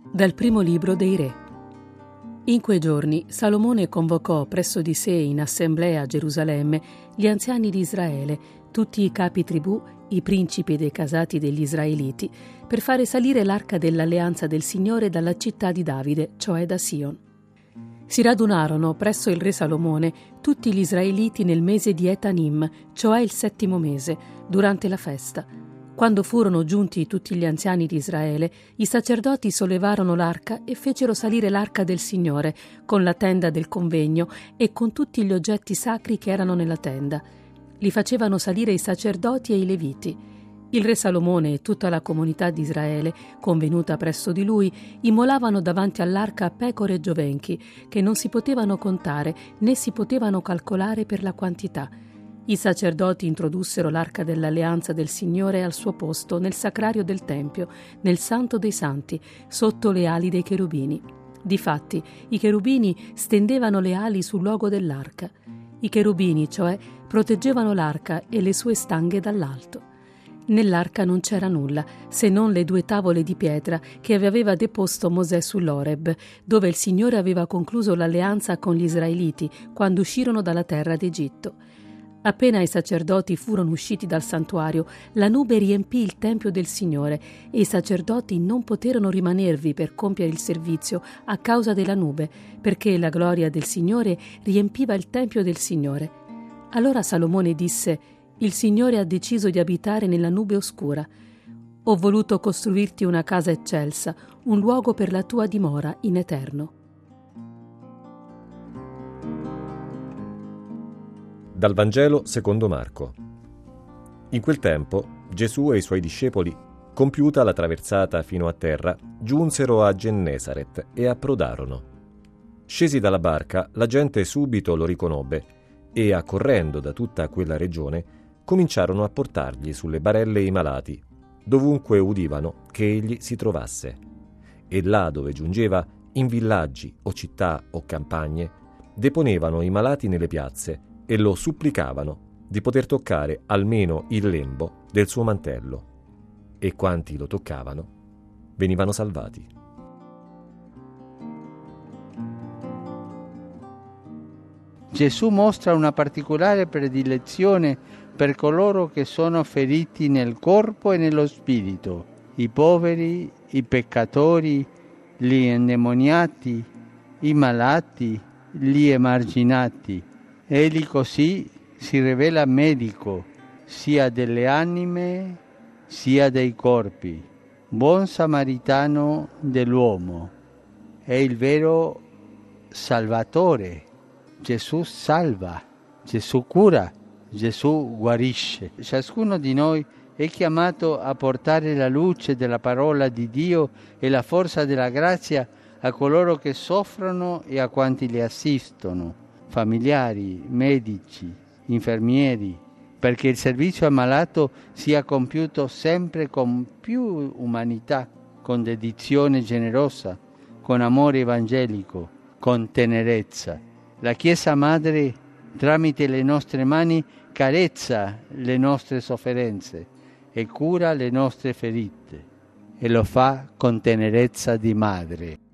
Dal primo libro dei Re. In quei giorni Salomone convocò presso di sé in assemblea a Gerusalemme gli anziani di Israele, tutti i capi tribù, i principi dei casati degli israeliti, per fare salire l'arca dell'alleanza del Signore dalla città di Davide, cioè da Sion. Si radunarono presso il re Salomone tutti gli israeliti nel mese di Etanim, cioè il 7° mese, durante la festa. Quando furono giunti tutti gli anziani di Israele, i sacerdoti sollevarono l'arca e fecero salire l'arca del Signore, con la tenda del convegno e con tutti gli oggetti sacri che erano nella tenda. Li facevano salire i sacerdoti e i leviti. Il re Salomone e tutta la comunità di Israele, convenuta presso di lui, immolavano davanti all'arca pecore e giovenchi, che non si potevano contare né si potevano calcolare per la quantità. I sacerdoti introdussero l'arca dell'alleanza del Signore al suo posto nel sacrario del Tempio, nel Santo dei Santi, sotto le ali dei cherubini. Difatti, i cherubini stendevano le ali sul logo dell'arca. I cherubini, cioè, proteggevano l'arca e le sue stanghe dall'alto. Nell'arca non c'era nulla, se non le 2 tavole di pietra che aveva deposto Mosè sull'Oreb, dove il Signore aveva concluso l'alleanza con gli israeliti quando uscirono dalla terra d'Egitto. Appena i sacerdoti furono usciti dal santuario, la nube riempì il tempio del Signore e i sacerdoti non poterono rimanervi per compiere il servizio a causa della nube, perché la gloria del Signore riempiva il tempio del Signore. Allora Salomone disse: «Il Signore ha deciso di abitare nella nube oscura. Ho voluto costruirti una casa eccelsa, un luogo per la tua dimora in eterno». Dal Vangelo secondo Marco. In quel tempo Gesù e i suoi discepoli, compiuta la traversata fino a terra, giunsero a Gennesaret e approdarono. Scesi dalla barca, la gente subito lo riconobbe e, accorrendo da tutta quella regione, cominciarono a portargli sulle barelle i malati, dovunque udivano che egli si trovasse. E là dove giungeva, in villaggi o città o campagne, deponevano i malati nelle piazze e lo supplicavano di poter toccare almeno il lembo del suo mantello. E quanti lo toccavano venivano salvati. Gesù mostra una particolare predilezione per coloro che sono feriti nel corpo e nello spirito, i poveri, i peccatori, gli indemoniati, i malati, gli emarginati. Egli così si rivela medico sia delle anime sia dei corpi, buon samaritano dell'uomo. È il vero Salvatore. Gesù salva, Gesù cura, Gesù guarisce. Ciascuno di noi è chiamato a portare la luce della parola di Dio e la forza della grazia a coloro che soffrono e a quanti li assistono, familiari, medici, infermieri, perché il servizio al malato sia compiuto sempre con più umanità, con dedizione generosa, con amore evangelico, con tenerezza. La Chiesa Madre, tramite le nostre mani, carezza le nostre sofferenze e cura le nostre ferite, e lo fa con tenerezza di madre.